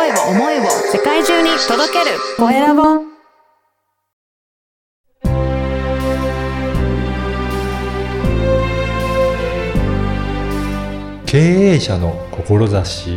声を世界中に届けるコエラボ。 経営者の志。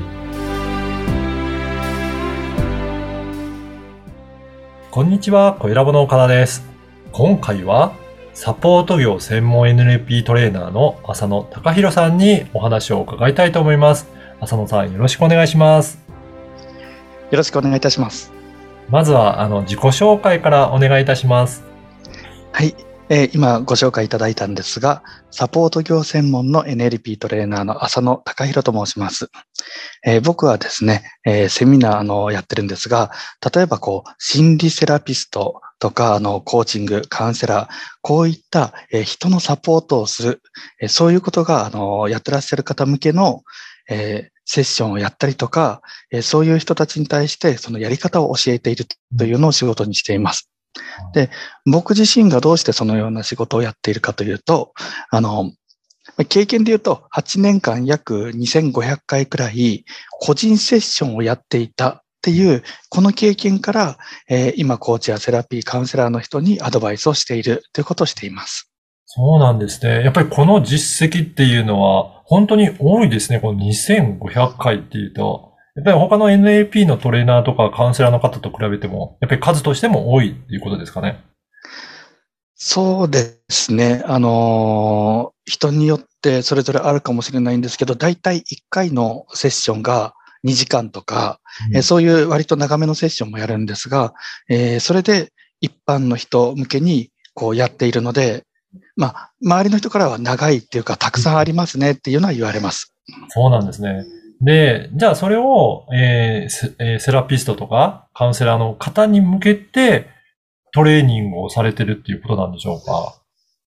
こんにちは、コエラボの岡田です。今回はサポート業専門 NLP トレーナーの浅野貴弘さんにお話を伺いたいと思います。浅野さん、よろしくお願いします。 よろしくお願いいたします。 まずは自己紹介からお願いいたします。 はい、今ご紹介いただいたんですが、サポート業専門の NLP トレーナーの浅野貴弘と申します。僕はですね、セミナーやってるんですが、例えば心理セラピストとかコーチング、カウンセラー、こういった、人のサポートをする、そういうことがやってらっしゃる方向けの、セッションをやったりとか、そういう人たちに対してそのやり方を教えているというのを仕事にしています。で、僕自身がどうしてそのような仕事をやっているかというと、経験で言うと8年間約2500回くらい個人セッションをやっていたっていう、この経験から、今コーチやセラピー、カウンセラーの人にアドバイスをしているということをしています。 そうなんですね。やっぱりこの実績っていうのは本当に多いですね。この2500回っていうと。やっぱり他の NLP のトレーナーとかカウンセラーの方と比べても、やっぱり数としても多いっていうことですかね。 そうですね。人によってそれぞれあるかもしれないんですけど、だいたい1回のセッションが2時間とか、そういう割と長めのセッションもやるんですが、それで一般の人向けにやっているので、周りの人からは長いっていうか、たくさんありますねっていうのは言われます。 そうなんですね。で、じゃあそれを、セラピストとかカウンセラーの方に向けてトレーニングをされてるっていうことなんでしょうか？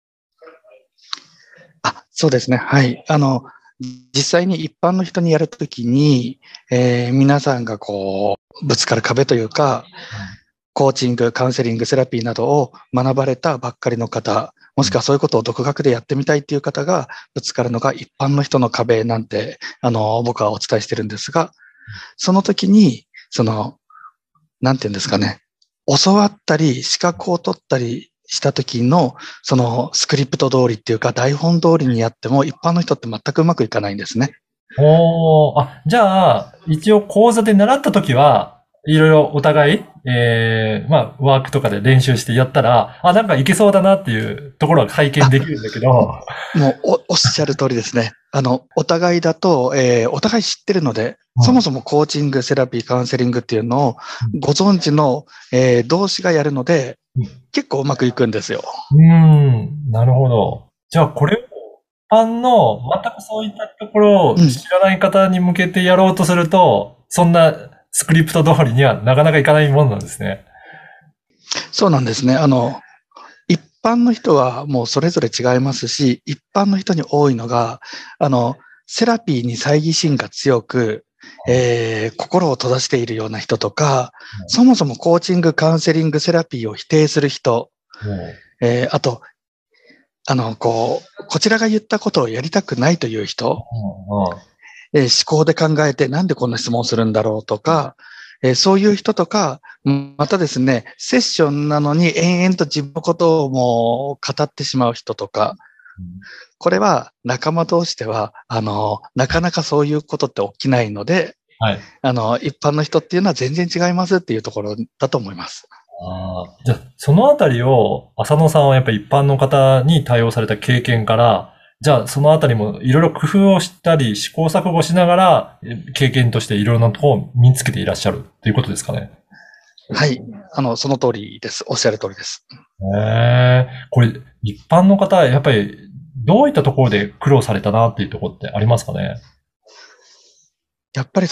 そうですね。はい。実際に一般の人にやるときに、皆さんがぶつかる壁というか、コーチング、カウンセリング、セラピーなどを学ばれたばっかりの方、もしくはそういうことを独学でやってみたいっていう方がぶつかるのが一般の人の壁なんて、僕はお伝えしてるんですが、その時に、なんていうんですかね、教わったり、資格を取ったりした時の、そのスクリプト通りっていうか、台本通りにやっても一般の人って全くうまくいかないんですね。 じゃあ、一応講座で習った時は、いろいろお互い、ワークとかで練習してやったら、なんかいけそうだなっていうところは体験できるんだけど。もうおっしゃる通りですね。お互いだと、お互い知ってるので、そもそもコーチング、セラピー、カウンセリングっていうのをご存知の、同士がやるので、結構うまくいくんですよ。 なるほど。じゃあこれを一般の全くそういったところを知らない方に向けてやろうとすると、そんなスクリプト通りにはなかなかいかないものなんですね。 そうなんですね。一般の人はもうそれぞれ違いますし、一般の人に多いのが、セラピーに猜疑心が強く、心を閉ざしているような人とか、そもそもコーチング、カウンセリング、セラピーを否定する人、あと、こちらが言ったことをやりたくないという人、思考で考えてなんでこんな質問するんだろうとか、そういう人とか、またですね、セッションなのに延々と自分のことをもう語ってしまう人とか、これは仲間同士では、なかなかそういうことって起きないので、一般の人っていうのは全然違いますっていうところだと思います。 じゃあ、そのあたりを、浅野さんはやっぱり一般の方に対応された経験から、じゃあそのあたりもいろいろ工夫をしたり、試行錯誤しながら、経験としていろいろなところを身につけていらっしゃるということですかね。 はい。その通りです。おっしゃる通りです。 これ、一般の方、やっぱり、どういったところで苦労されたなっていうところってありますかね。 やっぱり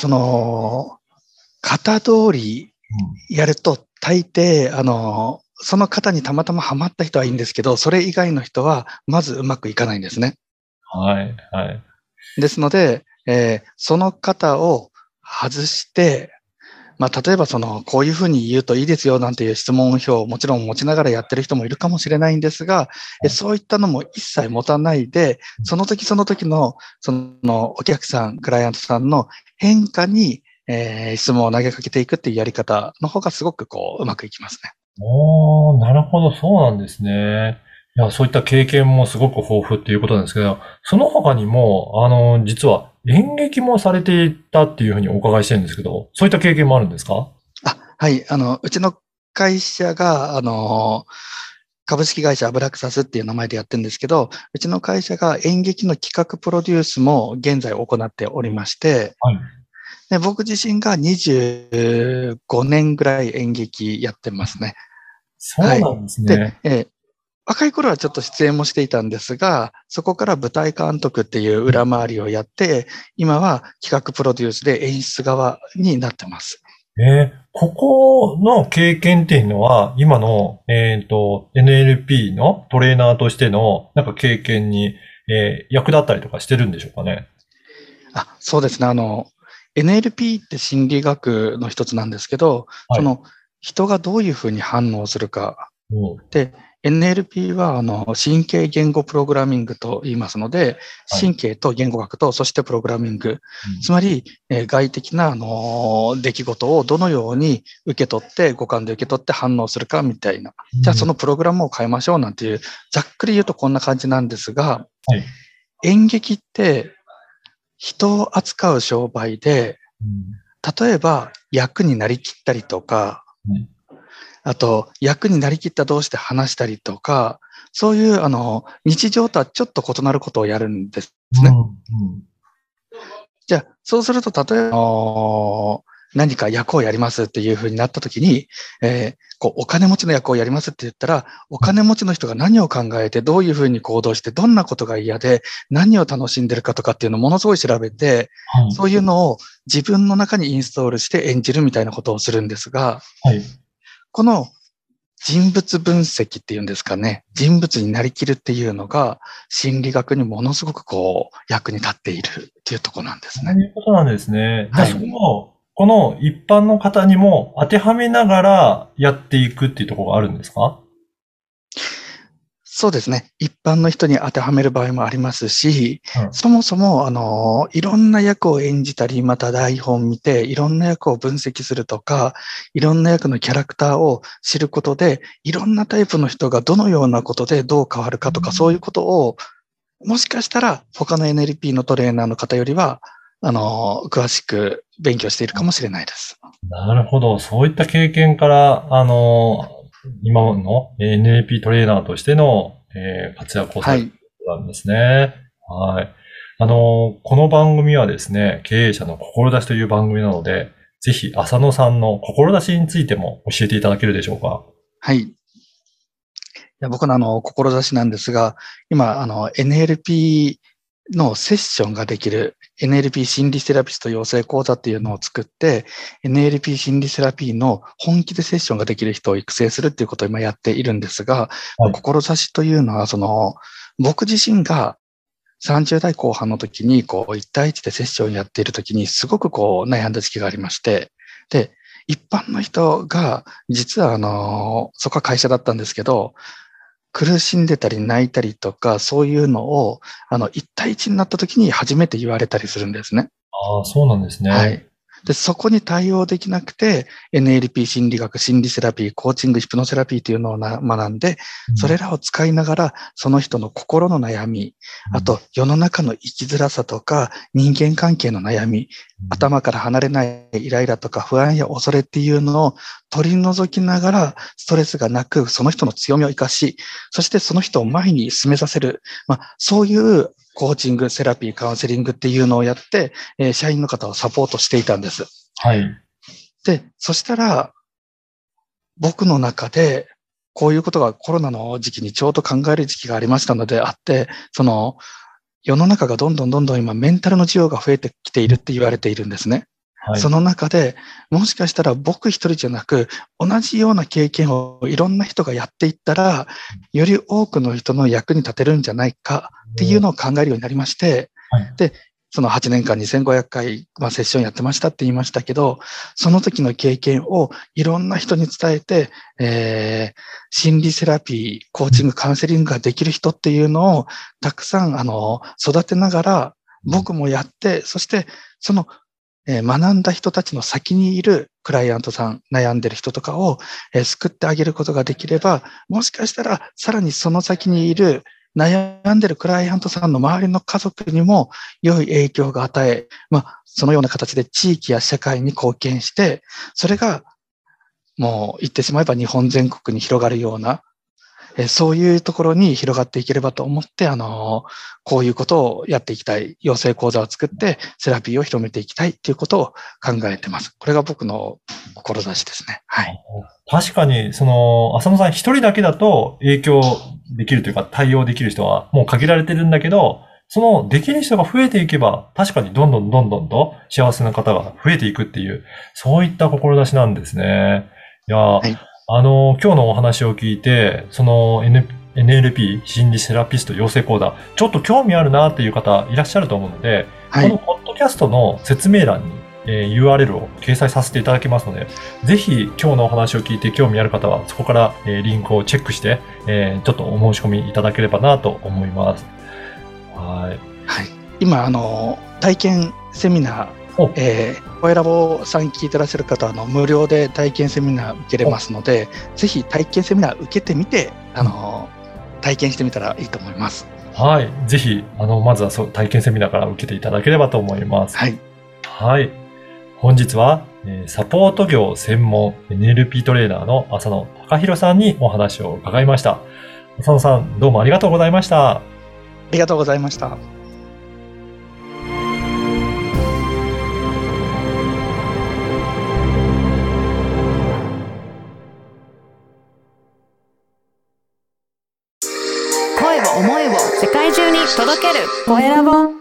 型通りやると、大抵、その型にたまたまハマった人はいいんですけど、それ以外の人は、まずうまくいかないんですね。 はい。 ですので、その型を外して、例えばこういうふうに言うといいですよなんていう質問票をもちろん持ちながらやってる人もいるかもしれないんですが、そういったのも一切持たないで、その時その時の、お客さん、クライアントさんの変化に、 質問を投げかけていくっていうやり方の方がすごくうまくいきますね。 なるほど、そうなんですね。いや、そういった経験もすごく豊富っていうことなんですけど、その他にも、実は演劇もされていたっていうふうにお伺いしてるんですけど、そういった経験もあるんですか？ はい。うちの会社が、株式会社アブラクサスっていう名前でやってるんですけど、うちの会社が演劇の企画プロデュースも現在行っておりまして、 はい。 で僕自身が25年ぐらい演劇やってますね。はい。 そうなんですで、 ね。 若い頃はちょっと出演もしていたんですが、そこから舞台監督っていう裏回りをやって、今は企画プロデュースで演出側になってます。 ここの経験っていうのは、今の、NLP のトレーナーとしての、なんか経験に、役立ったりとかしてるんでしょうかね。 そうですね。NLP って心理学の一つなんですけど、 はい。 人がどういうふうに反応するか。 うん。 で、NLP は、神経言語プログラミングと言いますので、 はい。 神経と言語学と、そしてプログラミング。 うん。 つまり、外的な、出来事をどのように受け取って、五感で受け取って反応するかみたいな。じゃあ、そのプログラムを変えましょうなんていう、ざっくり言うとこんな感じなんですが、 はい。 演劇って人を扱う商売で、 うん。 例えば役になりきったりとか、 うん。 あと役になりきった同士で話したりとか、そういう日常とはちょっと異なることをやるんですね。 うん。 じゃあ、そうすると、例えば、何か役をやりますっていうふうになったときに、お金持ちの役をやりますって言ったら、お金持ちの人が何を考えて、どういうふうに行動して、どんなことが嫌で、何を楽しんでるかとかっていうのをものすごい調べて、 はい。 そういうのを自分の中にインストールして演じるみたいなことをするんですが、 はい。 この人物分析っていうんですかね、人物になりきるっていうのが、心理学にものすごく役に立っているっていうところなんですね。 そういうことなんですね。じゃあ、 はい。 この一般の方にも当てはめながらやっていくっていうところがあるんですか？ そうですね。一般の人に当てはめる場合もありますし、 うん。 そもそも、いろんな役を演じたり、また台本見て、いろんな役を分析するとか、いろんな役のキャラクターを知ることで、いろんなタイプの人がどのようなことでどう変わるかとか、そういうことを、もしかしたら他の NLP のトレーナーの方よりは、詳しく勉強しているかもしれないです。 なるほど。そういった経験から、今の NLP トレーナーとしての、活躍をされているはい。 ことなんですね。はい。この番組はですね、経営者の志という番組なので、ぜひ浅野さんの志についても教えていただけるでしょうか。 はい。僕の志なんですが、今、NLP のセッションができる NLP 心理セラピスト養成講座っていうのを作って、NLP 心理セラピーの本気でセッションができる人を育成するっていうことを今やっているんですが、 はい。 志というのは、僕自身が30代後半の時に、1対1でセッションやっている時に、すごく悩んだ時期がありまして、で、一般の人が、実はそこは会社だったんですけど、苦しんでたり泣いたりとか、そういうのを、一対一になった時に初めて言われたりするんですね。 ああ、そうなんですね。 はい。で、そこに対応できなくて、NLP 心理学、心理セラピー、コーチング、ヒプノセラピーというのを学んで、 うん。 それらを使いながら、その人の心の悩み、 うん。 あと世の中の生きづらさとか、人間関係の悩み、 うん。 頭から離れないイライラとか不安や恐れっていうのを取り除きながら、ストレスがなく、その人の強みを生かし、そしてその人を前に進めさせる、そういうコーチング、セラピー、カウンセリングっていうのをやって、社員の方をサポートしていたんです。 はい。 で、そしたら、僕の中で、こういうことがコロナの時期にちょうど考える時期がありましたのであって、世の中がどんどん今メンタルの需要が増えてきているって言われているんですね。 はい。 その中で、もしかしたら僕一人じゃなく、同じような経験をいろんな人がやっていったら、より多くの人の役に立てるんじゃないかっていうのを考えるようになりまして、 はい。 で、その8年間2500回、セッションやってましたって言いましたけど、その時の経験をいろんな人に伝えて、心理セラピー、コーチング、カウンセリングができる人っていうのをたくさん、育てながら、僕もやって、そして、その学んだ人たちの先にいるクライアントさん、悩んでる人とかを、救ってあげることができれば、もしかしたらさらにその先にいる悩んでるクライアントさんの周りの家族にも良い影響が与え、そのような形で地域や社会に貢献して、それがもう言ってしまえば日本全国に広がるような、そういうところに広がっていければと思って、こういうことをやっていきたい。養成講座を作って、セラピーを広めていきたいということを考えてます。これが僕の志ですね。はい。 確かに、浅野さん一人だけだと影響できるというか対応できる人はもう限られてるんだけど、できる人が増えていけば、確かにどんどんと幸せな方が増えていくっていう、そういった志なんですね。いや、はい、今日のお話を聞いて、NLP、心理セラピスト養成講座、ちょっと興味あるなっていう方いらっしゃると思うので、はい、このポッドキャストの説明欄に、URL を掲載させていただきますので、ぜひ今日のお話を聞いて興味ある方は、そこから、リンクをチェックして、ちょっとお申し込みいただければなと思います。はい。 はい。今、体験セミナー、声ラボさん聞いてらっしゃる方は無料で体験セミナー受けれますので、ぜひ体験セミナー受けてみて体験してみたらいいと思います。 はい、ぜひまずは体験セミナーから受けていただければと思います。 はい。 はい。本日はサポート業専門 NLP トレーナーの浅野貴弘さんにお話を伺いました。浅野さん、どうもありがとうございました。 ありがとうございました。 声を思いを世界中に届けるコエラボ。